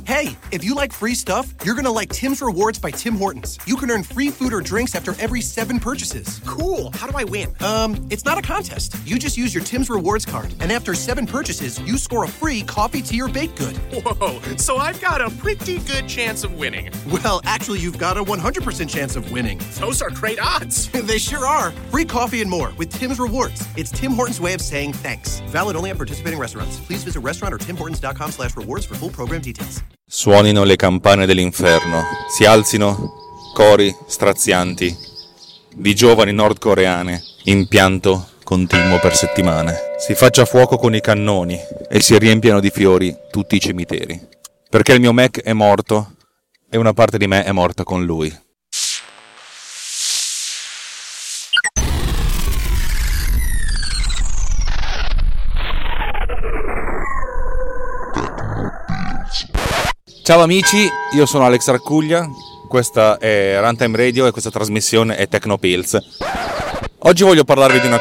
Hey, if you like free stuff, you're gonna like Tim's Rewards by Tim Hortons. You can earn free food or drinks after every 7 purchases. Cool. How do I win? It's not a contest. You just use your Tim's Rewards card, and after 7 purchases, you score a free coffee, tea, or baked good. Whoa, so I've got a pretty good chance of winning. Well, actually, you've got a 100% chance of winning. Those are great odds. They sure are. Free coffee and more with Tim's Rewards. It's Tim Hortons' way of saying thanks. Valid only at participating restaurants. Please visit restaurant or timhortons.com/rewards for full program details. Suonino le campane dell'inferno, si alzino cori strazianti di giovani nordcoreane in pianto continuo per settimane. Si faccia fuoco con i cannoni e si riempiano di fiori tutti i cimiteri. Perché il mio Mac è morto e una parte di me è morta con lui. Ciao amici, io sono Alex Raccuglia, questa è Runtime Radio e questa trasmissione è Tecnopills. Oggi voglio parlarvi di una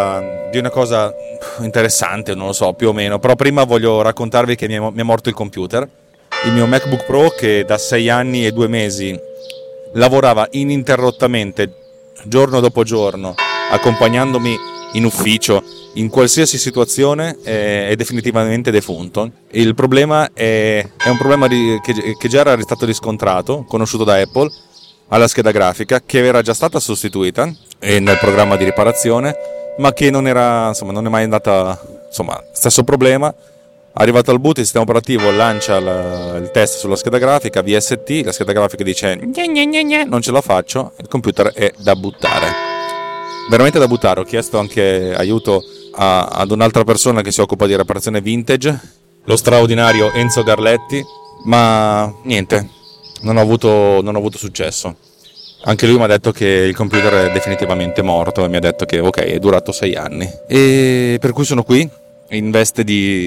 cosa interessante, non lo so, più o meno, però prima voglio raccontarvi che mi è morto il computer, il mio MacBook Pro che da 6 anni e 2 mesi lavorava ininterrottamente, giorno dopo giorno, accompagnandomi in ufficio, in qualsiasi situazione, è definitivamente defunto. Il problema è un problema che già era stato riscontrato, conosciuto da Apple, alla scheda grafica, che era già stata sostituita nel programma di riparazione, ma che non è mai andata, stesso problema. Arrivato al boot, il sistema operativo lancia il test sulla scheda grafica, VST, la scheda grafica dice non ce la faccio, il computer è da buttare. Veramente da buttare. Ho chiesto anche aiuto ad un'altra persona che si occupa di riparazione vintage, lo straordinario Enzo Garletti, ma niente, non ho avuto successo. Anche lui mi ha detto che il computer è definitivamente morto e mi ha detto che ok, è durato 6 anni, e per cui sono qui in veste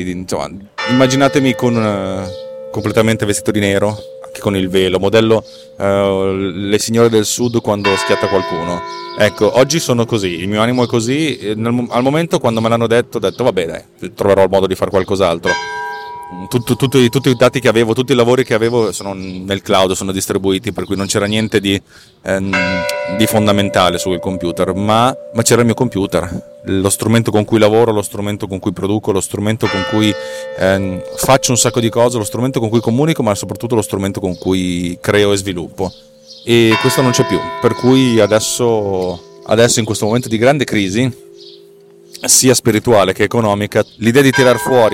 immaginatemi completamente vestito di nero, anche con il velo, modello le signore del sud quando schiatta qualcuno. Ecco, oggi sono così, il mio animo è così. Al momento, quando me l'hanno detto, ho detto vabbè dai, troverò il modo di fare qualcos'altro. Tutti i dati che avevo, tutti i lavori che avevo sono nel cloud, sono distribuiti, per cui non c'era niente di fondamentale sul computer, ma c'era il mio computer, lo strumento con cui lavoro, lo strumento con cui produco, lo strumento con cui faccio un sacco di cose, lo strumento con cui comunico, ma soprattutto lo strumento con cui creo e sviluppo. E questo non c'è più, per cui adesso in questo momento di grande crisi, sia spirituale che economica, l'idea di tirar fuori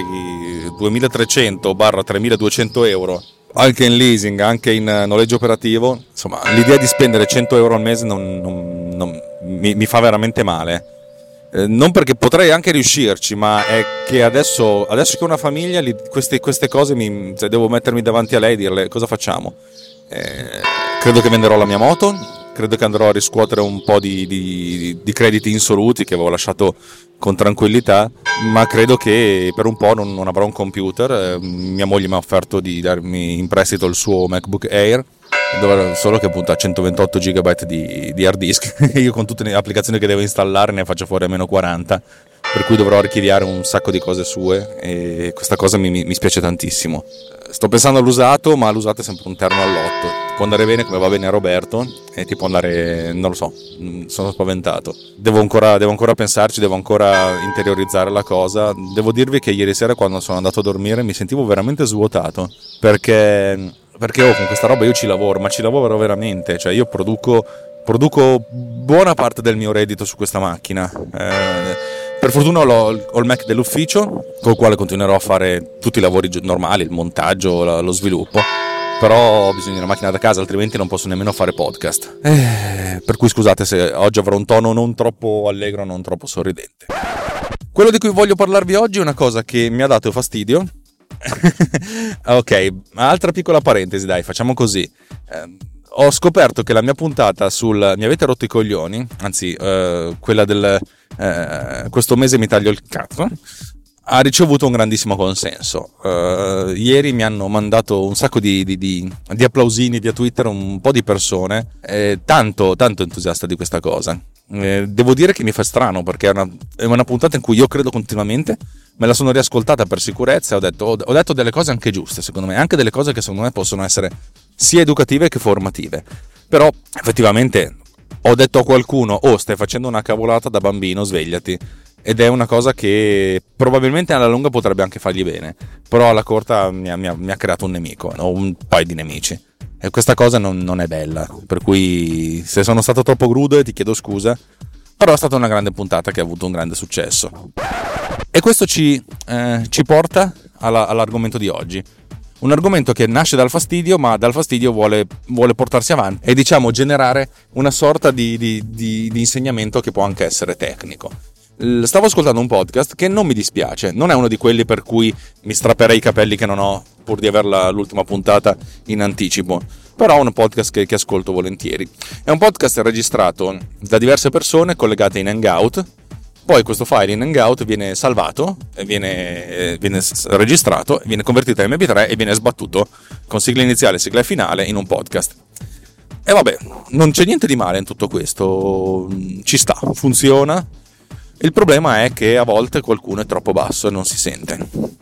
2.300/3.200 euro anche in leasing, anche in noleggio operativo, l'idea di spendere 100 euro al mese mi fa veramente male. Non perché potrei anche riuscirci, ma è che adesso che ho una famiglia, queste cose devo mettermi davanti a lei e dirle cosa facciamo. Credo che venderò la mia moto, credo che andrò a riscuotere un po' di crediti insoluti che avevo lasciato con tranquillità, ma credo che per un po' non avrò un computer. Mia moglie mi ha offerto di darmi in prestito il suo MacBook Air, solo che appunto ha 128 GB di hard disk. Io con tutte le applicazioni che devo installare ne faccio fuori almeno 40, per cui dovrò archiviare un sacco di cose sue, e questa cosa mi spiace tantissimo. Sto pensando all'usato, ma l'usato è sempre un terno all'otto. Può andare bene come va bene a Roberto, e ti può andare, non lo so, sono spaventato. Devo ancora pensarci, devo ancora interiorizzare la cosa. Devo dirvi che ieri sera, quando sono andato a dormire, mi sentivo veramente svuotato, perché con questa roba io ci lavoro, ma ci lavoro veramente. Cioè io produco buona parte del mio reddito su questa macchina. Per fortuna ho il Mac dell'ufficio, col quale continuerò a fare tutti i lavori normali, il montaggio, lo sviluppo, però ho bisogno di una macchina da casa, altrimenti non posso nemmeno fare podcast. Per cui scusate se oggi avrò un tono non troppo allegro, non troppo sorridente. Quello di cui voglio parlarvi oggi è una cosa che mi ha dato fastidio. Ok, altra piccola parentesi, dai, facciamo così. Ho scoperto che la mia puntata sul mi avete rotto i coglioni, anzi quella del questo mese mi taglio il cazzo, ha ricevuto un grandissimo consenso. Ieri mi hanno mandato un sacco di applausini via Twitter, un po' di persone, tanto entusiasta di questa cosa. devo dire che mi fa strano, perché è una puntata in cui io credo continuamente. Me la sono riascoltata per sicurezza e ho detto delle cose anche giuste, secondo me, anche delle cose che secondo me possono essere sia educative che formative. Però effettivamente ho detto a qualcuno: oh, stai facendo una cavolata da bambino, svegliati. Ed è una cosa che probabilmente alla lunga potrebbe anche fargli bene, però alla corta mi ha creato un nemico, o un paio di nemici, e questa cosa non è bella. Per cui, se sono stato troppo crudo, ti chiedo scusa, però è stata una grande puntata che ha avuto un grande successo. E questo ci porta all'argomento di oggi. Un argomento che nasce dal fastidio, ma dal fastidio vuole portarsi avanti e, diciamo, generare una sorta di insegnamento che può anche essere tecnico. Stavo ascoltando un podcast che non mi dispiace, non è uno di quelli per cui mi strapperei i capelli che non ho pur di averla l'ultima puntata in anticipo, però è un podcast che ascolto volentieri. È un podcast registrato da diverse persone collegate in Hangout. Poi questo file in Hangout viene salvato, viene registrato, viene convertito in MP3 e viene sbattuto con sigla iniziale e sigla finale in un podcast. E vabbè, non c'è niente di male in tutto questo, ci sta, funziona. Il problema è che a volte qualcuno è troppo basso e non si sente.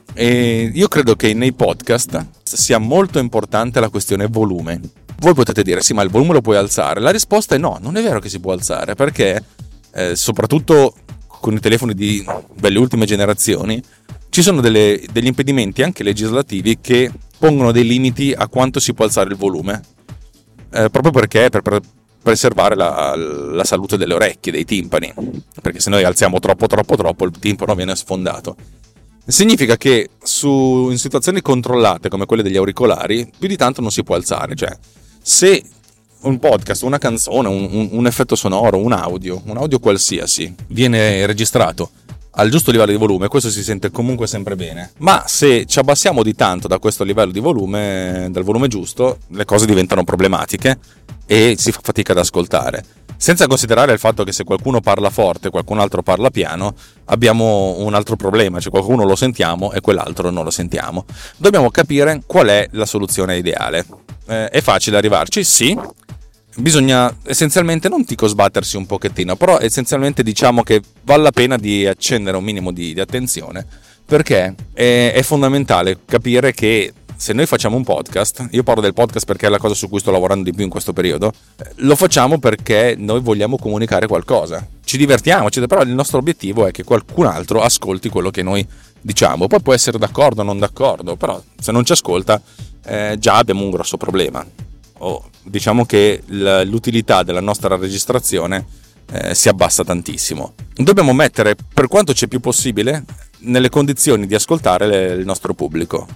E io credo che nei podcast sia molto importante la questione volume. Voi potete dire: sì, ma il volume lo puoi alzare? La risposta è no, non è vero che si può alzare, perché soprattutto con i telefoni delle ultime generazioni ci sono degli impedimenti anche legislativi che pongono dei limiti a quanto si può alzare il volume, proprio perché per preservare la salute delle orecchie, dei timpani, perché se noi alziamo troppo il timpano viene sfondato. Significa che in situazioni controllate come quelle degli auricolari più di tanto non si può alzare. Cioè, se un podcast, una canzone, un effetto sonoro, un audio qualsiasi viene registrato al giusto livello di volume, questo si sente comunque sempre bene. Ma se ci abbassiamo di tanto da questo livello di volume, dal volume giusto, le cose diventano problematiche e si fa fatica ad ascoltare. Senza considerare il fatto che se qualcuno parla forte e qualcun altro parla piano, abbiamo un altro problema, cioè qualcuno lo sentiamo e quell'altro non lo sentiamo. Dobbiamo capire qual è la soluzione ideale. È facile arrivarci? Sì. Bisogna essenzialmente, non dico sbattersi un pochettino, però essenzialmente diciamo che vale la pena di accendere un minimo di attenzione, perché è fondamentale capire che se noi facciamo un podcast, io parlo del podcast perché è la cosa su cui sto lavorando di più in questo periodo, lo facciamo perché noi vogliamo comunicare qualcosa, ci divertiamo, però il nostro obiettivo è che qualcun altro ascolti quello che noi diciamo. Poi può essere d'accordo o non d'accordo, però se non ci ascolta già abbiamo un grosso problema. Diciamo che l'utilità della nostra registrazione si abbassa tantissimo. Dobbiamo mettere, per quanto c'è più possibile, nelle condizioni di ascoltare il nostro pubblico.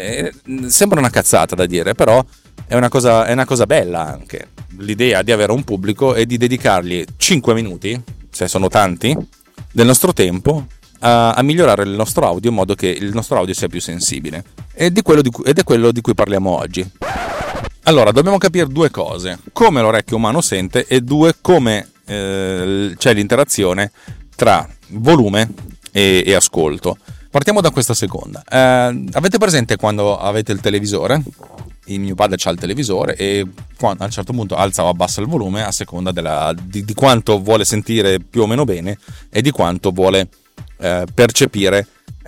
Sembra una cazzata da dire, però è una cosa bella anche l'idea di avere un pubblico e di dedicargli 5 minuti, se sono tanti, del nostro tempo a migliorare il nostro audio in modo che il nostro audio sia più sensibile. Ed è quello di cui parliamo oggi. Allora, dobbiamo capire due cose: come l'orecchio umano sente, e due, come c'è l'interazione tra volume e ascolto. Partiamo da questa seconda. Avete presente quando avete il televisore? Il mio padre c'ha il televisore e a un certo punto alza o abbassa il volume a seconda di quanto vuole sentire più o meno bene e di quanto vuole percepire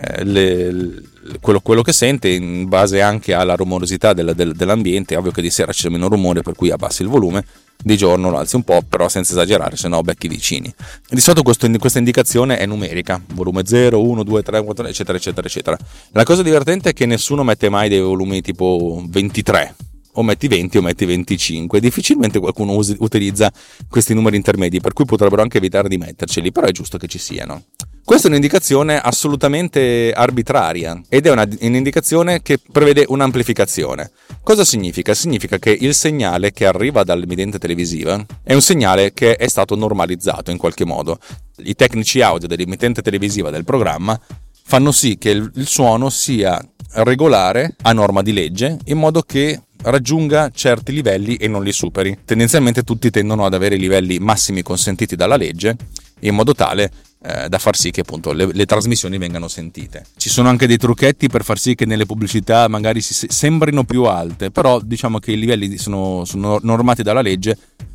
quello che sente, in base anche alla rumorosità dell'ambiente. È ovvio che di sera c'è meno rumore, per cui abbassi il volume, di giorno lo alzi un po', però senza esagerare, se no becchi vicini. Di solito questa indicazione è numerica: volume 0, 1, 2, 3, 4, eccetera eccetera eccetera. La cosa divertente è che nessuno mette mai dei volumi tipo 23, o metti 20 o metti 25. Difficilmente qualcuno utilizza questi numeri intermedi, per cui potrebbero anche evitare di metterceli, però è giusto che ci siano. Questa è un'indicazione assolutamente arbitraria ed è un'indicazione che prevede un'amplificazione. Cosa significa? Significa che il segnale che arriva dall'emittente televisiva è un segnale che è stato normalizzato in qualche modo. I tecnici audio dell'emittente televisiva del programma fanno sì che il suono sia regolare a norma di legge, in modo che raggiunga certi livelli e non li superi. Tendenzialmente tutti tendono ad avere i livelli massimi consentiti dalla legge, in modo tale da far sì che appunto le trasmissioni vengano sentite. Ci sono anche dei trucchetti per far sì che nelle pubblicità magari sembrino più alte, però diciamo che i livelli sono normati dalla legge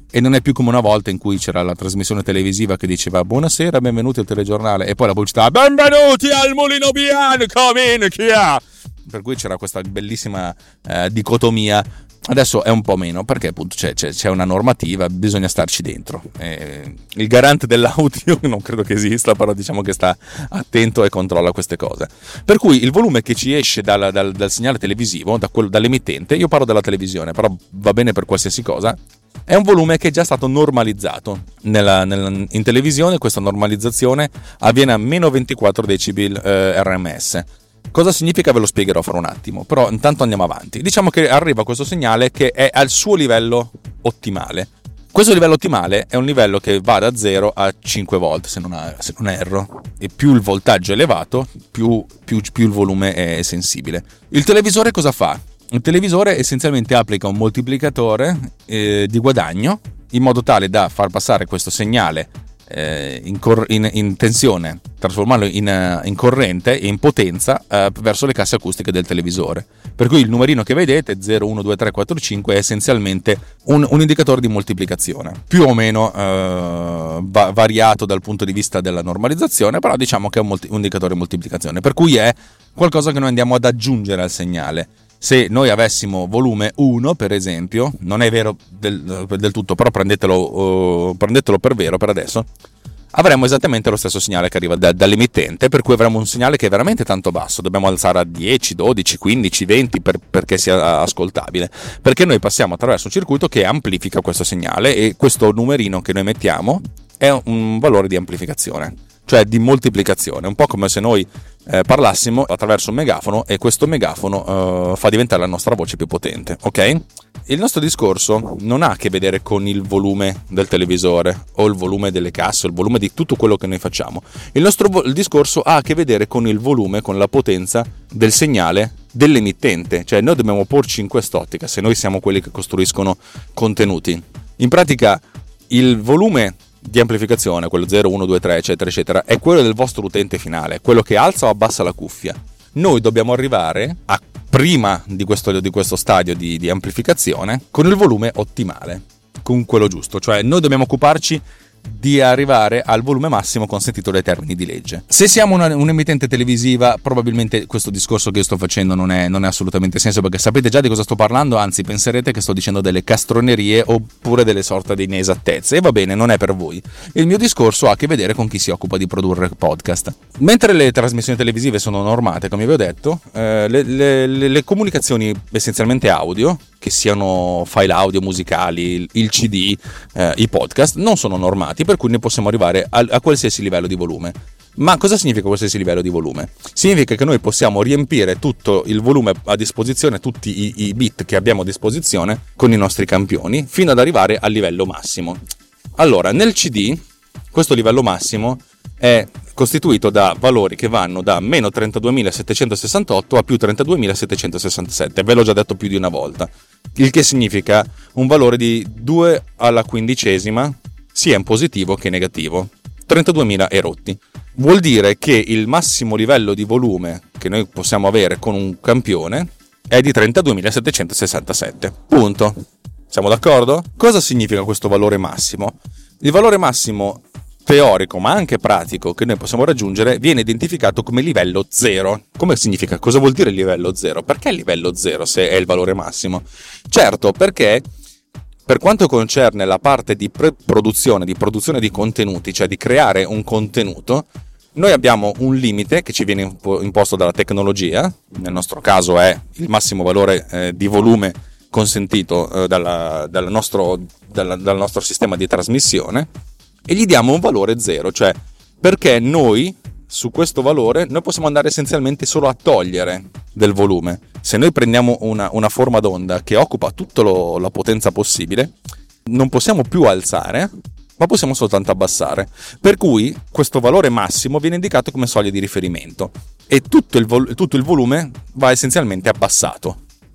E non è più come una volta in cui c'era la trasmissione televisiva che diceva buonasera, benvenuti al telegiornale, e poi la pubblicità benvenuti al Mulino Bianco, chi ha? Per cui c'era questa bellissima dicotomia. Adesso è un po' meno, perché appunto c'è una normativa, bisogna starci dentro. Il garante dell'audio non credo che esista, però diciamo che sta attento e controlla queste cose. Per cui il volume che ci esce dal segnale televisivo, dall'emittente, io parlo della televisione, però va bene per qualsiasi cosa, è un volume che è già stato normalizzato. In televisione questa normalizzazione avviene a meno 24 decibel RMS. Cosa significa? Ve lo spiegherò fra un attimo, però intanto andiamo avanti. Diciamo che arriva questo segnale che è al suo livello ottimale. Questo livello ottimale è un livello che va da 0 a 5 volt, se non erro. E più il voltaggio è elevato, più il volume è sensibile. Il televisore cosa fa? Il televisore essenzialmente applica un moltiplicatore di guadagno in modo tale da far passare questo segnale in tensione, trasformarlo in corrente e in potenza verso le casse acustiche del televisore. Per cui il numerino che vedete 0, 1, 2, 3, 4, 5 è essenzialmente un indicatore di moltiplicazione, più o meno variato dal punto di vista della normalizzazione, però diciamo che è un indicatore di moltiplicazione, per cui è qualcosa che noi andiamo ad aggiungere al segnale. Se noi avessimo volume 1, per esempio, non è vero del tutto, però prendetelo per vero per adesso, avremo esattamente lo stesso segnale che arriva dall'emittente, per cui avremo un segnale che è veramente tanto basso, dobbiamo alzare a 10, 12, 15, 20 perché sia ascoltabile, perché noi passiamo attraverso un circuito che amplifica questo segnale e questo numerino che noi mettiamo è un valore di amplificazione, cioè di moltiplicazione, un po' come se noi parlassimo attraverso un megafono e questo megafono fa diventare la nostra voce più potente, ok? Il nostro discorso non ha a che vedere con il volume del televisore o il volume delle casse, o il volume di tutto quello che noi facciamo. Il discorso ha a che vedere con il volume, con la potenza del segnale dell'emittente, cioè noi dobbiamo porci in quest'ottica se noi siamo quelli che costruiscono contenuti. In pratica il volume di amplificazione, quello 0, 1, 2, 3 eccetera eccetera, è quello del vostro utente finale, quello che alza o abbassa la cuffia. Noi dobbiamo arrivare a prima di questo stadio di amplificazione con il volume ottimale, con quello giusto, cioè noi dobbiamo occuparci di arrivare al volume massimo consentito dai termini di legge. Se siamo un'emittente televisiva, probabilmente questo discorso che io sto facendo non è assolutamente senso, perché sapete già di cosa sto parlando, anzi penserete che sto dicendo delle castronerie oppure delle sorte di inesattezze, e va bene, non è per voi. Il mio discorso ha a che vedere con chi si occupa di produrre podcast. Mentre le trasmissioni televisive sono normate, come vi ho detto, le comunicazioni essenzialmente audio, che siano file audio musicali, il CD, i podcast, non sono normati, per cui ne possiamo arrivare a qualsiasi livello di volume. Ma cosa significa qualsiasi livello di volume? Significa che noi possiamo riempire tutto il volume a disposizione, tutti i bit che abbiamo a disposizione con i nostri campioni, fino ad arrivare al livello massimo. Allora, nel CD, questo livello massimo è costituito da valori che vanno da meno 32.768 a più 32.767, ve l'ho già detto più di una volta, il che significa un valore di 2 alla quindicesima sia in positivo che negativo, 32.000 e rotti. Vuol dire che il massimo livello di volume che noi possiamo avere con un campione è di 32.767, punto. Siamo d'accordo? Cosa significa questo valore massimo? Il valore massimo teorico ma anche pratico che noi possiamo raggiungere viene identificato come livello 0. Come significa? Cosa vuol dire livello 0? Perché livello 0 se è il valore massimo? Certo, perché per quanto concerne la parte di produzione di contenuti, cioè di creare un contenuto, noi abbiamo un limite che ci viene imposto dalla tecnologia, nel nostro caso è il massimo valore di volume consentito dal nostro sistema di trasmissione, e gli diamo un valore 0, cioè perché noi su questo valore noi possiamo andare essenzialmente solo a togliere del volume. Se noi prendiamo una forma d'onda che occupa tutta la potenza possibile, non possiamo più alzare, ma possiamo soltanto abbassare. Per cui questo valore massimo viene indicato come soglia di riferimento e tutto il volume va essenzialmente abbassato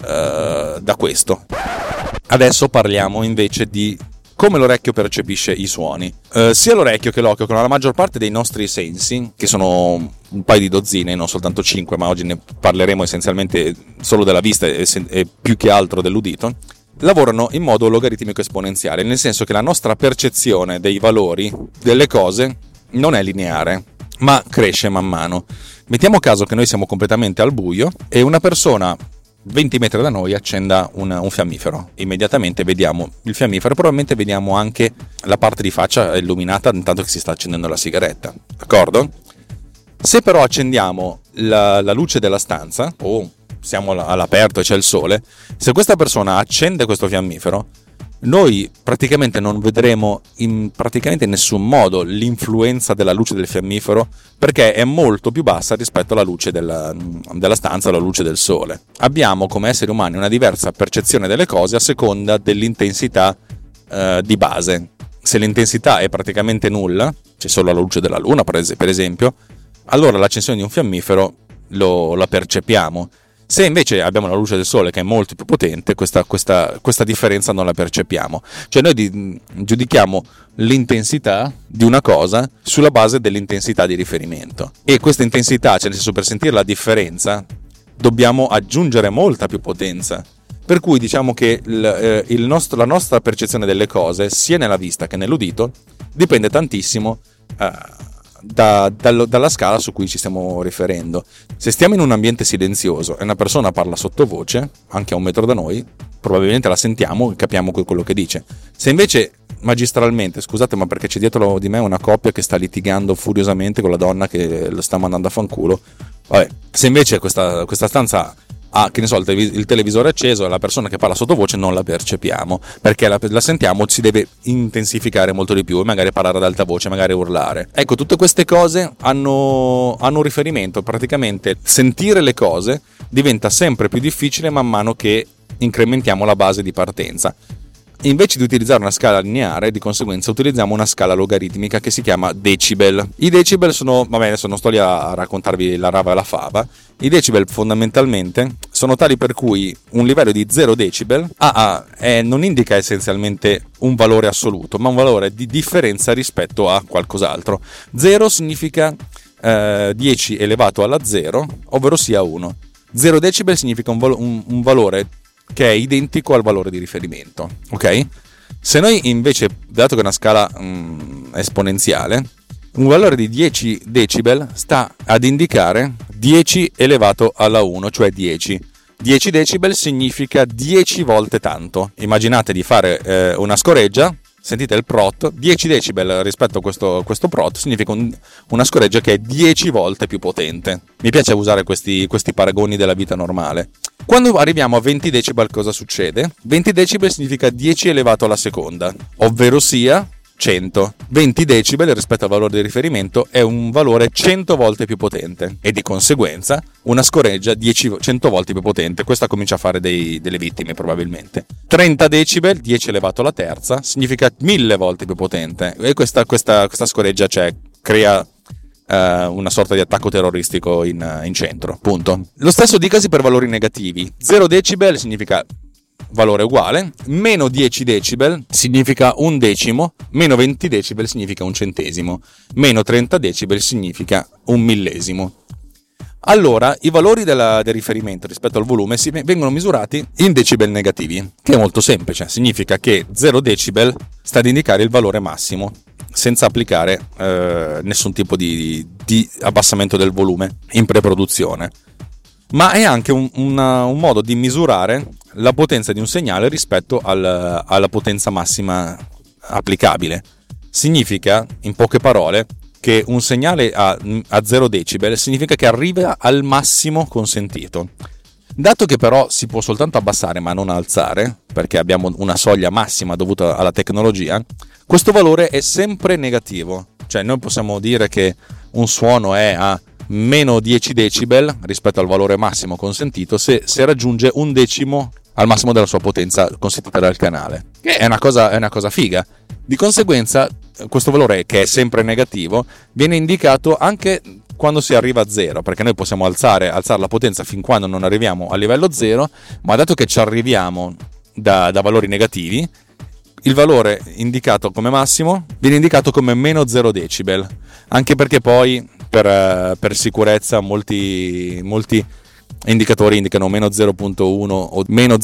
da questo. Adesso parliamo invece di come l'orecchio percepisce i suoni. Sia l'orecchio che l'occhio, con la maggior parte dei nostri sensi, che sono un paio di dozzine, non soltanto 5, ma oggi ne parleremo essenzialmente solo della vista e più che altro dell'udito, lavorano in modo logaritmico esponenziale, nel senso che la nostra percezione dei valori delle cose non è lineare, ma cresce man mano. Mettiamo caso che noi siamo completamente al buio e una persona 20 metri da noi accenda un fiammifero. Immediatamente vediamo il fiammifero e probabilmente vediamo anche la parte di faccia illuminata intanto che si sta accendendo la sigaretta, d'accordo? Se però accendiamo la luce della stanza o siamo all'aperto e c'è il sole, se questa persona accende questo fiammifero, noi praticamente non vedremo in nessun modo l'influenza della luce del fiammifero, perché è molto più bassa rispetto alla luce della stanza, alla luce del sole. Abbiamo come esseri umani una diversa percezione delle cose a seconda dell'intensità di base. Se l'intensità è praticamente nulla, c'è solo la luce della luna per esempio, allora l'accensione di un fiammifero la percepiamo. Se invece abbiamo la luce del sole che è molto più potente, questa differenza non la percepiamo. Cioè noi giudichiamo l'intensità di una cosa sulla base dell'intensità di riferimento. E questa intensità, cioè nel senso, per sentire la differenza dobbiamo aggiungere molta più potenza. Per cui diciamo che la nostra percezione delle cose, sia nella vista che nell'udito, dipende tantissimo dalla scala su cui ci stiamo riferendo. Se stiamo in un ambiente silenzioso e una persona parla sottovoce, anche a 1 metro da noi, probabilmente la sentiamo e capiamo quello che dice. Se invece magistralmente, scusate, ma perché c'è dietro di me una coppia che sta litigando furiosamente con la donna che lo sta mandando a fanculo, vabbè, se invece questa stanza ha, che ne so, il televisore acceso e la persona che parla sottovoce non la percepiamo, perché la sentiamo, si deve intensificare molto di più e magari parlare ad alta voce, magari urlare. Ecco, tutte queste cose hanno un riferimento. Praticamente sentire le cose diventa sempre più difficile man mano che incrementiamo la base di partenza. Invece di utilizzare una scala lineare, di conseguenza utilizziamo una scala logaritmica che si chiama decibel. I decibel sono, vabbè, adesso non sto lì a raccontarvi la rava e la fava. I decibel fondamentalmente sono tali per cui un livello di 0 decibel non indica essenzialmente un valore assoluto, ma un valore di differenza rispetto a qualcos'altro. 0 significa 10 elevato alla 0, ovvero sia 1. 0 decibel significa un valore che è identico al valore di riferimento, ok? Se noi invece, dato che è una scala esponenziale, un valore di 10 decibel sta ad indicare 10 elevato alla 1, cioè 10. 10 decibel significa 10 volte tanto. Immaginate di fare una scoreggia, sentite il prot, 10 decibel rispetto a questo prot significa una scoreggia che è 10 volte più potente. Mi piace usare questi paragoni della vita normale. Quando arriviamo a 20 decibel cosa succede? 20 decibel significa 10 elevato alla seconda, ovvero sia 100. 20 decibel rispetto al valore di riferimento è un valore 100 volte più potente e di conseguenza una scoreggia 100 volte più potente. Questa comincia a fare delle vittime probabilmente. 30 decibel, 10 elevato alla terza, significa 1000 volte più potente e questa scoreggia crea una sorta di attacco terroristico in centro, punto. Lo stesso dicasi per valori negativi. 0 decibel significa valore uguale, meno 10 decibel significa un decimo, meno 20 decibel significa un centesimo, meno 30 decibel significa un millesimo. Allora, i valori del riferimento rispetto al volume vengono misurati in decibel negativi, che è molto semplice. Significa che 0 decibel sta ad indicare il valore massimo, senza applicare nessun tipo di abbassamento del volume in preproduzione. Ma è anche un modo di misurare la potenza di un segnale rispetto alla potenza massima applicabile. Significa, in poche parole, che un segnale a 0 decibel significa che arriva al massimo consentito. Dato che però si può soltanto abbassare ma non alzare, perché abbiamo una soglia massima dovuta alla tecnologia, questo valore è sempre negativo. Cioè noi possiamo dire che un suono è a meno 10 decibel rispetto al valore massimo consentito se raggiunge un decimo al massimo della sua potenza consentita dal canale, che è una cosa figa. Di conseguenza questo valore, che è sempre negativo, viene indicato anche quando si arriva a 0, perché noi possiamo alzare la potenza fin quando non arriviamo a livello 0, ma dato che ci arriviamo da valori negativi, il valore indicato come massimo viene indicato come meno 0 decibel, anche perché poi per sicurezza molti indicatori indicano meno 0.1 o meno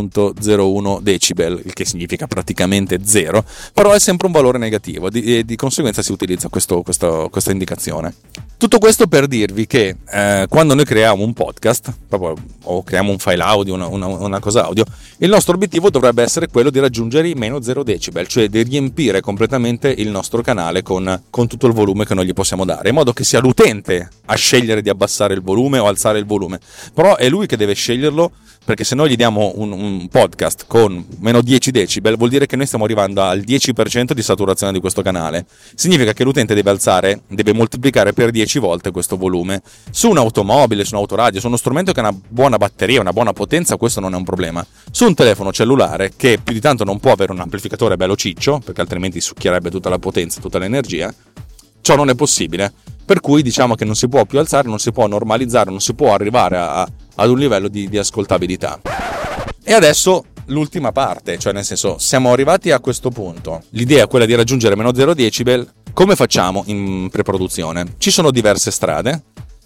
0.01 decibel, il che significa praticamente 0, però è sempre un valore negativo e di conseguenza si utilizza questa indicazione. Tutto questo per dirvi che quando noi creiamo un podcast o creiamo un file audio, una cosa audio, il nostro obiettivo dovrebbe essere quello di raggiungere i meno 0 decibel, cioè di riempire completamente il nostro canale con tutto il volume che noi gli possiamo dare, in modo che sia l'utente a scegliere di abbassare il volume o alzare il volume, però è lui che deve sceglierlo, perché se noi gli diamo un podcast con meno 10 decibel vuol dire che noi stiamo arrivando al 10% di saturazione di questo canale. Significa che l'utente deve moltiplicare per 10 volte questo volume. Su un'automobile, su un autoradio, su uno strumento che ha una buona batteria, una buona potenza, questo non è un problema. Su un telefono cellulare che più di tanto non può avere un amplificatore bello ciccio, perché altrimenti succhierebbe tutta la potenza, tutta l'energia, ciò non è possibile. Per cui diciamo che non si può più alzare, non si può normalizzare, non si può arrivare ad un livello di ascoltabilità. E adesso l'ultima parte, cioè nel senso, siamo arrivati a questo punto. L'idea è quella di raggiungere meno 0 decibel. Come facciamo in preproduzione? Ci sono diverse strade,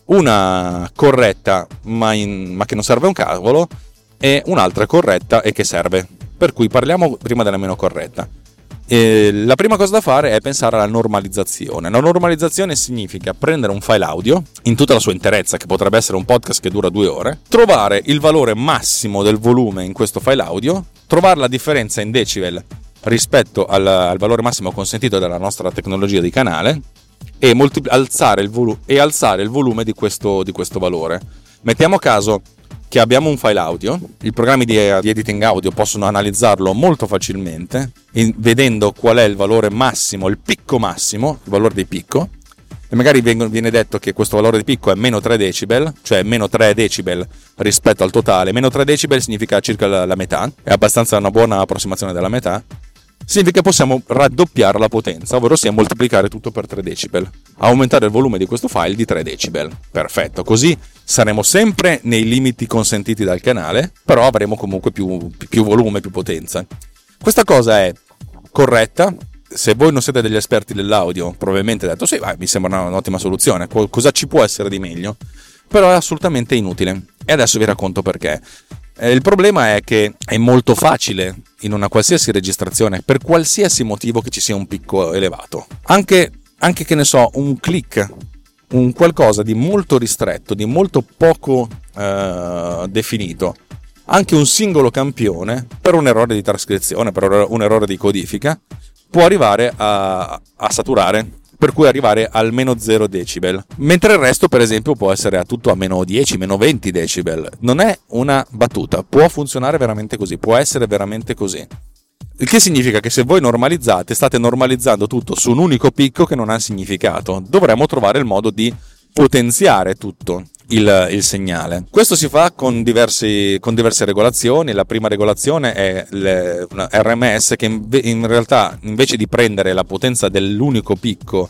una corretta ma che non serve un cavolo e un'altra corretta e che serve. Per cui parliamo prima della meno corretta. La prima cosa da fare è pensare alla normalizzazione. La normalizzazione significa prendere un file audio in tutta la sua interezza, che potrebbe essere un podcast che dura 2 ore, trovare il valore massimo del volume in questo file audio, trovare la differenza in decibel rispetto al valore massimo consentito dalla nostra tecnologia di canale e alzare il volume di questo valore. Mettiamo caso che abbiamo un file audio, i programmi di editing audio possono analizzarlo molto facilmente, vedendo qual è il valore massimo, il picco massimo, il valore di picco, e magari viene detto che questo valore di picco è meno 3 decibel, cioè meno 3 decibel rispetto al totale. Meno 3 decibel significa circa la metà, è abbastanza una buona approssimazione della metà. Significa che possiamo raddoppiare la potenza, ovvero sia moltiplicare tutto per 3 decibel, aumentare il volume di questo file di 3 decibel. Perfetto, così saremo sempre nei limiti consentiti dal canale, però avremo comunque più volume, più potenza. Questa cosa è corretta. Se voi non siete degli esperti dell'audio, probabilmente avete detto sì, mi sembra un'ottima soluzione, cosa ci può essere di meglio? Però è assolutamente inutile, e adesso vi racconto perché. Il problema è che è molto facile in una qualsiasi registrazione, per qualsiasi motivo che ci sia un picco elevato, anche che ne so, un click, un qualcosa di molto ristretto, di molto poco definito, anche un singolo campione, per un errore di trascrizione, per un errore di codifica, può arrivare a saturare, per cui arrivare al meno 0 decibel, mentre il resto per esempio può essere tutto a meno 10, meno 20 decibel. Non è una battuta, può funzionare veramente così, può essere veramente così. Il che significa che se voi normalizzate, state normalizzando tutto su un unico picco che non ha significato. Dovremmo trovare il modo di potenziare tutto il segnale. Questo si fa con diverse regolazioni. La prima regolazione è una RMS, che in realtà invece di prendere la potenza dell'unico picco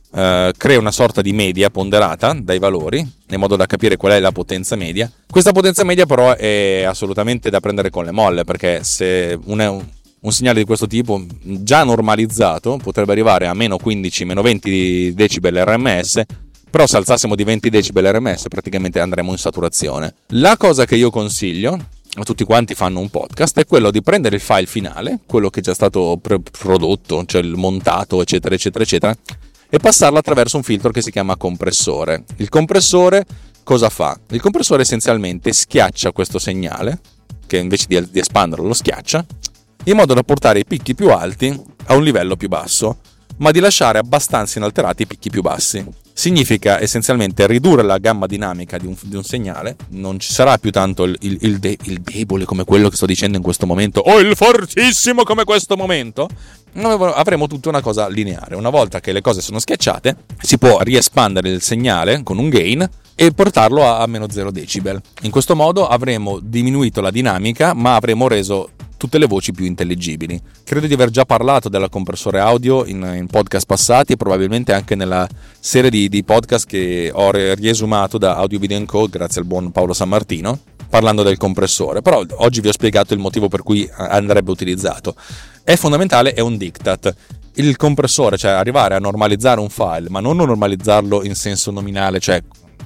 crea una sorta di media ponderata dai valori, in modo da capire qual è la potenza media. Questa potenza media però è assolutamente da prendere con le molle, perché se un segnale di questo tipo già normalizzato potrebbe arrivare a meno 15, meno 20 decibel RMS, però se alzassimo di 20 decibel RMS praticamente andremo in saturazione. La cosa che io consiglio a tutti quanti fanno un podcast è quello di prendere il file finale, quello che è già stato prodotto, cioè il montato, eccetera, eccetera, eccetera, e passarlo attraverso un filtro che si chiama compressore. Il compressore cosa fa? Il compressore essenzialmente schiaccia questo segnale, che invece di espanderlo lo schiaccia, in modo da portare i picchi più alti a un livello più basso, ma di lasciare abbastanza inalterati i picchi più bassi. Significa essenzialmente ridurre la gamma dinamica di un segnale. Non ci sarà più tanto il debole come quello che sto dicendo in questo momento, o il fortissimo come questo momento. Avremo tutta una cosa lineare. Una volta che le cose sono schiacciate, si può riespandere il segnale con un gain e portarlo a meno 0 decibel. In questo modo avremo diminuito la dinamica, ma avremo reso tutte le voci più intelligibili. Credo di aver già parlato del compressore audio in podcast passati, e probabilmente anche nella serie di podcast che ho riesumato da Audio Video & Code grazie al buon Paolo Sammartino, parlando del compressore. Però oggi vi ho spiegato il motivo per cui andrebbe utilizzato. È fondamentale, è un diktat. Il compressore, cioè arrivare a normalizzare un file, ma non normalizzarlo in senso nominale, cioè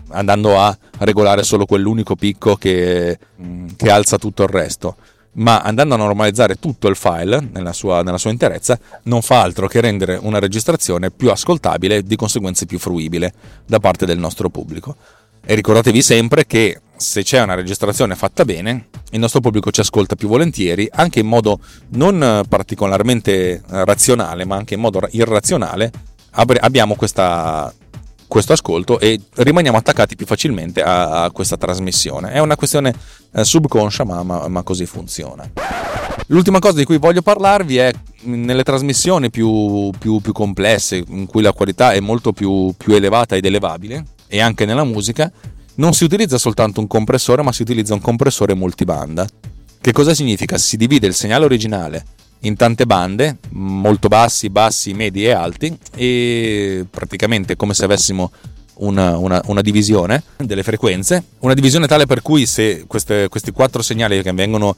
andando a regolare solo quell'unico picco che alza tutto il resto, ma andando a normalizzare tutto il file nella sua interezza, non fa altro che rendere una registrazione più ascoltabile e di conseguenza più fruibile da parte del nostro pubblico. E ricordatevi sempre che se c'è una registrazione fatta bene, il nostro pubblico ci ascolta più volentieri, anche in modo non particolarmente razionale, ma anche in modo irrazionale. Abbiamo questo ascolto e rimaniamo attaccati più facilmente a questa trasmissione. È una questione subconscia, ma così funziona. L'ultima cosa di cui voglio parlarvi è nelle trasmissioni più complesse, in cui la qualità è molto più elevata ed elevabile, e anche nella musica non si utilizza soltanto un compressore, ma si utilizza un compressore multibanda. Che cosa significa? Si divide il segnale originale in tante bande, molto bassi, medi e alti, e praticamente come se avessimo una divisione delle frequenze, una divisione tale per cui se questi 4 segnali che vengono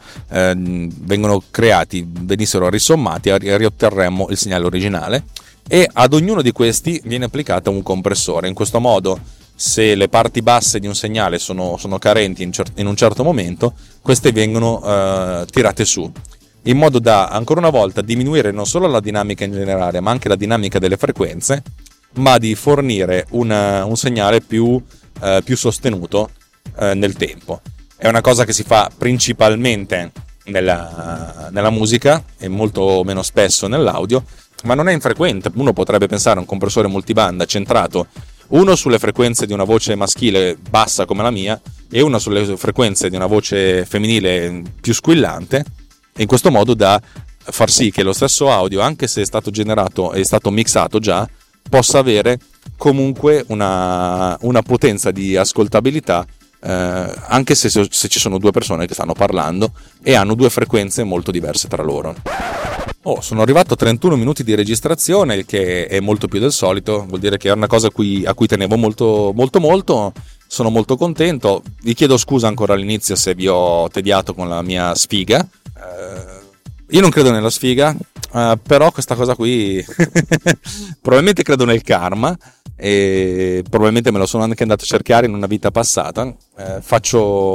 creati venissero risommati, riotterremmo il segnale originale, e ad ognuno di questi viene applicato un compressore. In questo modo, se le parti basse di un segnale sono carenti in un certo momento, queste vengono tirate su, in modo da, ancora una volta, diminuire non solo la dinamica in generale, ma anche la dinamica delle frequenze, ma di fornire un segnale più sostenuto nel tempo. È una cosa che si fa principalmente nella musica e molto meno spesso nell'audio, ma non è infrequente. Uno potrebbe pensare a un compressore multibanda centrato uno sulle frequenze di una voce maschile bassa come la mia e una sulle frequenze di una voce femminile più squillante, e in questo modo da far sì che lo stesso audio, anche se è stato generato e è stato mixato già, possa avere comunque una potenza di ascoltabilità, anche se ci sono 2 persone che stanno parlando e hanno 2 frequenze molto diverse tra loro. Sono arrivato a 31 minuti di registrazione, il che è molto più del solito, vuol dire che è una cosa a cui tenevo molto, molto, molto. Sono molto contento. Vi chiedo scusa ancora all'inizio se vi ho tediato con la mia sfiga. Io non credo nella sfiga, però questa cosa qui probabilmente credo nel karma, e probabilmente me lo sono anche andato a cercare in una vita passata. Farò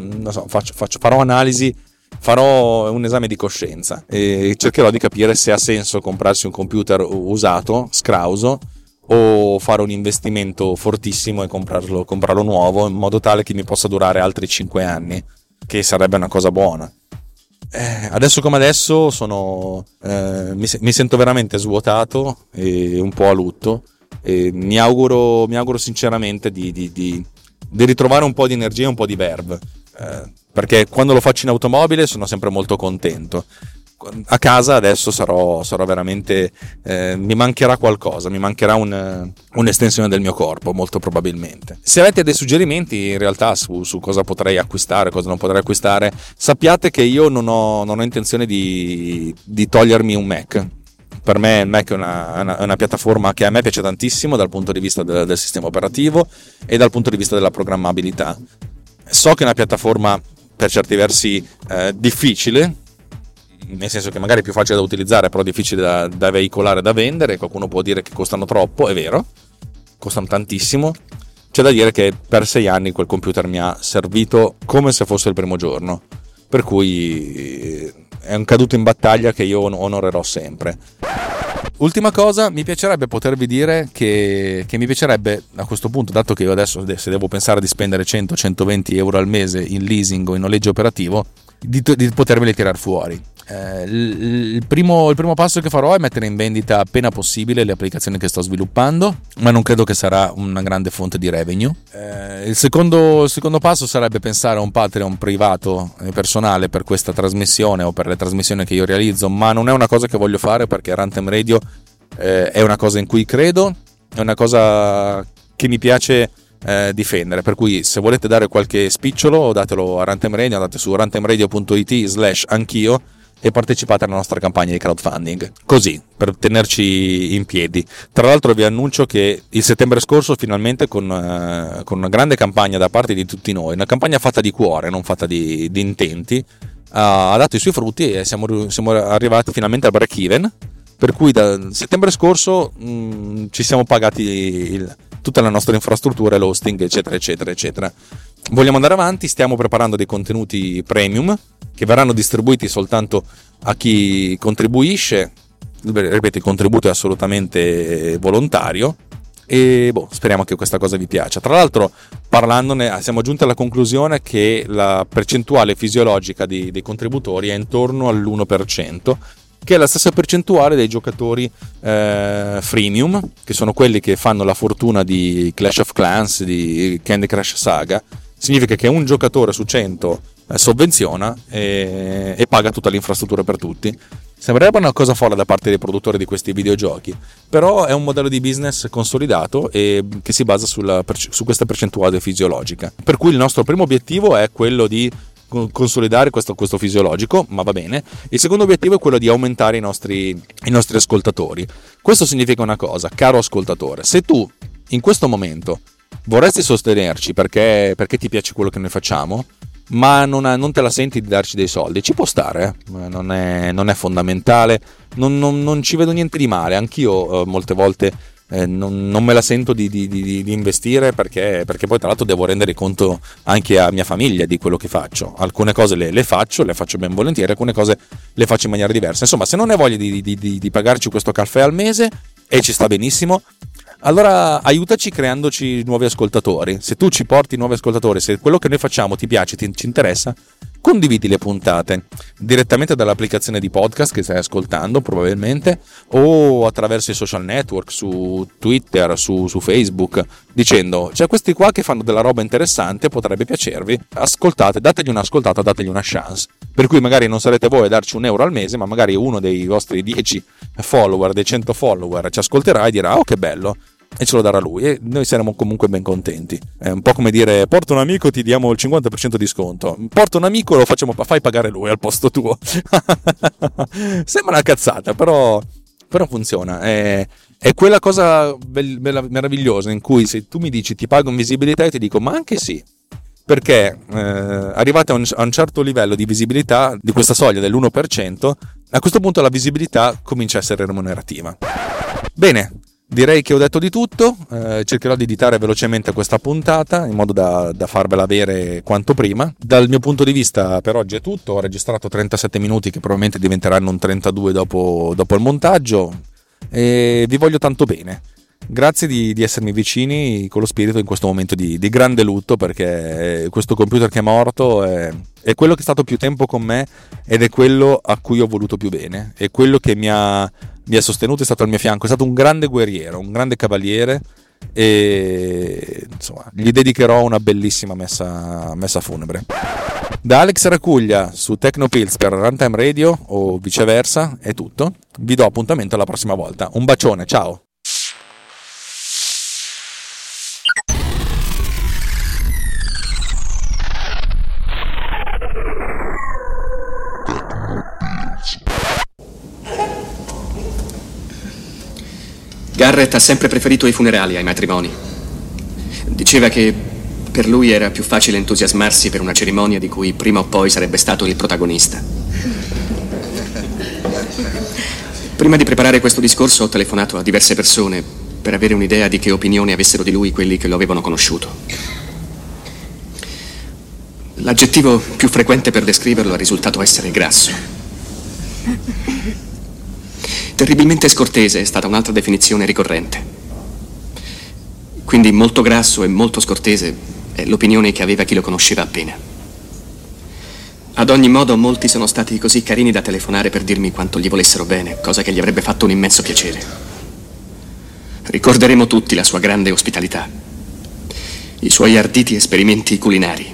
analisi, farò un esame di coscienza e cercherò di capire se ha senso comprarsi un computer usato, scrauso, o fare un investimento fortissimo e comprarlo nuovo, in modo tale che mi possa durare altri 5 anni, che sarebbe una cosa buona. Adesso come adesso mi sento veramente svuotato e un po' a lutto, e mi auguro sinceramente di ritrovare un po' di energia e un po' di verve, perché quando lo faccio in automobile sono sempre molto contento. A casa adesso sarò veramente mi mancherà qualcosa, mi mancherà un'estensione del mio corpo, molto probabilmente. Se avete dei suggerimenti in realtà su cosa potrei acquistare, cosa non potrei acquistare, sappiate che io non ho intenzione di togliermi un Mac. Per me il Mac è una piattaforma che a me piace tantissimo dal punto di vista del sistema operativo e dal punto di vista della programmabilità. So che è una piattaforma per certi versi difficile, nel senso che magari è più facile da utilizzare, però difficile da veicolare, da vendere. Qualcuno può dire che costano troppo, è vero, costano tantissimo. C'è da dire che per 6 anni quel computer mi ha servito come se fosse il primo giorno, per cui è un caduto in battaglia che io onorerò sempre. Ultima cosa, mi piacerebbe potervi dire che mi piacerebbe a questo punto, dato che io adesso se devo pensare di spendere 100-120 euro al mese in leasing o in noleggio operativo, di potermeli tirar fuori. Il primo passo che farò è mettere in vendita appena possibile le applicazioni che sto sviluppando, ma non credo che sarà una grande fonte di revenue. Il secondo passo sarebbe pensare a un Patreon privato e personale per questa trasmissione o per le trasmissioni che io realizzo, ma non è una cosa che voglio fare perché Runtime Radio è una cosa in cui credo, è una cosa che mi piace difendere, per cui se volete dare qualche spicciolo datelo a Runtime Radio, andate su runtimeradio.it/anch'io e partecipate alla nostra campagna di crowdfunding, così per tenerci in piedi. Tra l'altro vi annuncio che il settembre scorso finalmente con una grande campagna da parte di tutti noi, una campagna fatta di cuore, non fatta di intenti, ha dato i suoi frutti e siamo arrivati finalmente al break even, per cui da settembre scorso ci siamo pagati tutta la nostra infrastruttura, l'hosting, eccetera, eccetera, eccetera. Vogliamo andare avanti, stiamo preparando dei contenuti premium che verranno distribuiti soltanto a chi contribuisce. Ripeto, il contributo è assolutamente volontario e speriamo che questa cosa vi piaccia. Tra l'altro, parlandone, siamo giunti alla conclusione che la percentuale fisiologica dei contributori è intorno all'1%, che è la stessa percentuale dei giocatori freemium, che sono quelli che fanno la fortuna di Clash of Clans, di Candy Crush Saga. Significa che un giocatore su 100 sovvenziona e paga tutta l'infrastruttura per tutti. Sembrerebbe una cosa folle da parte dei produttori di questi videogiochi, però è un modello di business consolidato e che si basa su questa percentuale fisiologica. Per cui il nostro primo obiettivo è quello di consolidare questo fisiologico, ma va bene. Il secondo obiettivo è quello di aumentare i nostri ascoltatori. Questo significa una cosa, caro ascoltatore: se tu in questo momento vorresti sostenerci perché ti piace quello che noi facciamo, ma non te la senti di darci dei soldi, ci può stare, non è fondamentale, non ci vedo niente di male. Anch'io molte volte non me la sento di investire perché poi tra l'altro devo rendere conto anche a mia famiglia di quello che faccio. Alcune cose le faccio ben volentieri, alcune cose le faccio in maniera diversa. Insomma, se non hai voglia di pagarci questo caffè al mese, e ci sta benissimo, allora aiutaci creandoci nuovi ascoltatori. Se tu ci porti nuovi ascoltatori, se quello che noi facciamo ti piace, ci interessa, condividi le puntate direttamente dall'applicazione di podcast che stai ascoltando probabilmente, o attraverso i social network, su Twitter, su Facebook, dicendo: c'è questi qua che fanno della roba interessante, potrebbe piacervi, ascoltate, dategli un'ascoltata, dategli una chance. Per cui magari non sarete voi a darci €1 al mese, ma magari uno dei vostri 10 follower, dei 100 follower ci ascolterà e dirà: oh, che bello, e ce lo darà lui, e noi saremo comunque ben contenti. È un po' come dire: porta un amico, ti diamo il 50% di sconto. Porta un amico, lo fai pagare lui al posto tuo. Sembra una cazzata, però funziona. È quella cosa meravigliosa in cui se tu mi dici ti pago in visibilità, io ti dico: ma anche sì, perché arrivate a un certo livello di visibilità, di questa soglia dell'1%, a questo punto la visibilità comincia a essere remunerativa. Bene, direi che ho detto di tutto. Cercherò di editare velocemente questa puntata in modo da farvela avere quanto prima. Dal mio punto di vista per oggi è tutto. Ho registrato 37 minuti che probabilmente diventeranno un 32 dopo il montaggio, e vi voglio tanto bene. Grazie di essermi vicini con lo spirito in questo momento di grande lutto, perché questo computer che è morto è quello che è stato più tempo con me ed è quello a cui ho voluto più bene, è quello che mi ha sostenuto, è stato al mio fianco, è stato un grande guerriero, un grande cavaliere, e insomma gli dedicherò una bellissima messa funebre. Da Alex Racuglia su Tecnopills per Runtime Radio o viceversa è tutto. Vi do appuntamento alla prossima volta. Un bacione, ciao. Garrett ha sempre preferito i funerali ai matrimoni. Diceva che per lui era più facile entusiasmarsi per una cerimonia di cui prima o poi sarebbe stato il protagonista. Prima di preparare questo discorso ho telefonato a diverse persone per avere un'idea di che opinione avessero di lui quelli che lo avevano conosciuto. L'aggettivo più frequente per descriverlo è risultato essere grasso. Terribilmente scortese è stata un'altra definizione ricorrente. Quindi molto grasso e molto scortese è l'opinione che aveva chi lo conosceva appena. Ad ogni modo, molti sono stati così carini da telefonare per dirmi quanto gli volessero bene, cosa che gli avrebbe fatto un immenso piacere. Ricorderemo tutti la sua grande ospitalità, i suoi arditi esperimenti culinari,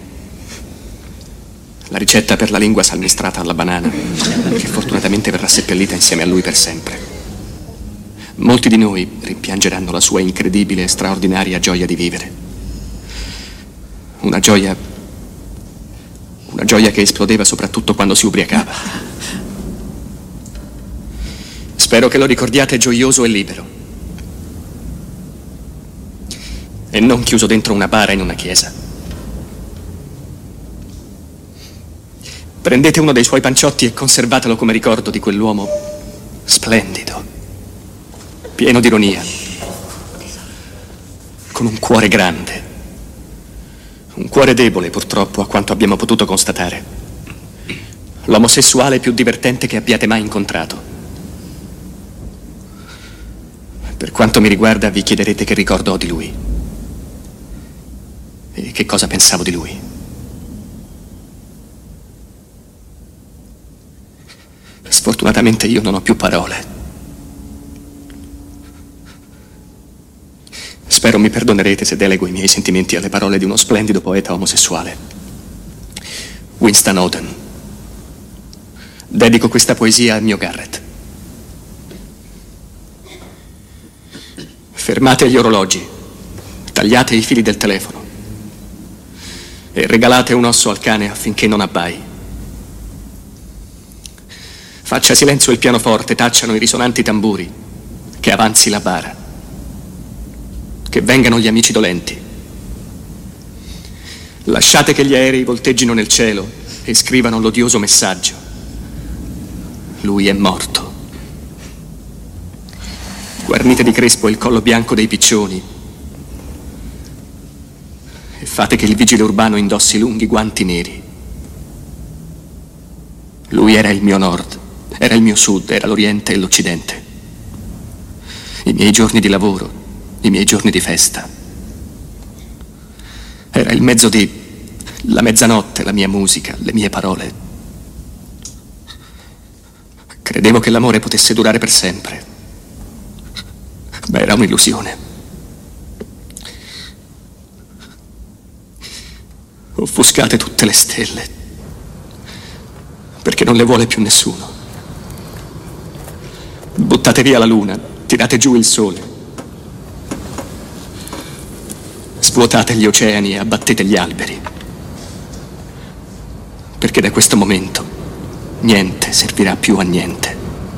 la ricetta per la lingua salmistrata alla banana, che fortunatamente verrà seppellita insieme a lui per sempre. Molti di noi rimpiangeranno la sua incredibile e straordinaria gioia di vivere. Una gioia che esplodeva soprattutto quando si ubriacava. Spero che lo ricordiate gioioso e libero, e non chiuso dentro una bara in una chiesa. Prendete uno dei suoi panciotti e conservatelo come ricordo di quell'uomo splendido, pieno di ironia, con un cuore grande. Un cuore debole, purtroppo, a quanto abbiamo potuto constatare. L'omosessuale più divertente che abbiate mai incontrato. Per quanto mi riguarda, vi chiederete che ricordo ho di lui. E che cosa pensavo di lui. Sfortunatamente io non ho più parole. Spero mi perdonerete se delego i miei sentimenti alle parole di uno splendido poeta omosessuale. Winston Oden. Dedico questa poesia al mio Garrett. Fermate gli orologi, tagliate i fili del telefono e regalate un osso al cane affinché non abbai. Faccia silenzio il pianoforte, tacciano i risonanti tamburi, che avanzi la bara. Che vengano gli amici dolenti. Lasciate che gli aerei volteggino nel cielo e scrivano l'odioso messaggio. Lui è morto. Guarnite di crespo il collo bianco dei piccioni e fate che il vigile urbano indossi lunghi guanti neri. Lui era il mio nord, era il mio sud, era l'oriente e l'occidente. I miei giorni di lavoro, i miei giorni di festa. Era il mezzodì, la mezzanotte, la mia musica, le mie parole. Credevo che l'amore potesse durare per sempre, ma era un'illusione. Offuscate tutte le stelle, perché non le vuole più nessuno. Buttate via la luna, tirate giù il sole. Svuotate gli oceani e abbattete gli alberi, perché da questo momento niente servirà più a niente.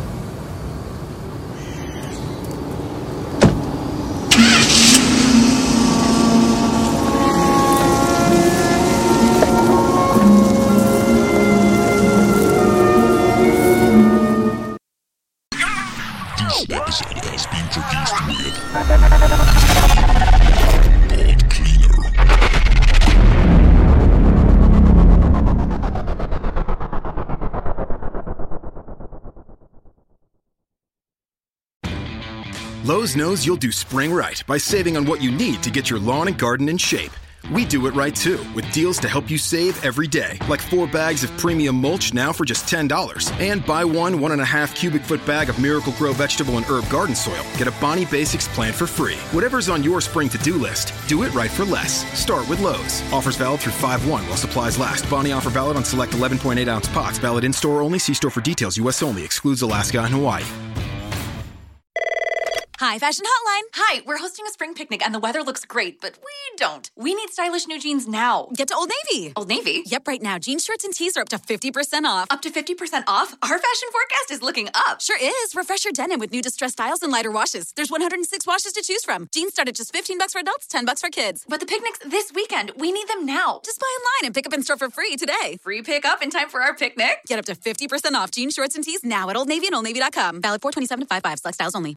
This episode has been produced with Pod Cleaner. Lowe's knows you'll do spring right by saving on what you need to get your lawn and garden in shape. We do it right too, with deals to help you save every day, like 4 bags of premium mulch now for just $10. And buy 1.5 cubic foot bag of Miracle-Gro vegetable and herb garden soil. Get a Bonnie Basics plant for free. Whatever's on your spring to-do list, do it right for less. Start with Lowe's. Offers valid through 5/1 while supplies last. Bonnie offer valid on select 11.8-ounce pots. Valid in-store only. See store for details. U.S. only. Excludes Alaska and Hawaii. Hi, Fashion Hotline. Hi, we're hosting a spring picnic and the weather looks great, but we don't. We need stylish new jeans now. Get to Old Navy. Old Navy? Yep, right now. Jeans, shirts, and tees are up to 50% off. Up to 50% off? Our fashion forecast is looking up. Sure is. Refresh your denim with new distressed styles and lighter washes. There's 106 washes to choose from. Jeans start at just $15 for adults, $10 for kids. But the picnic's this weekend. We need them now. Just buy online and pick up in store for free today. Free pickup in time for our picnic? Get up to 50% off jeans, shorts, and tees now at Old Navy and OldNavy.com. Valid 4/27/55. Select styles only.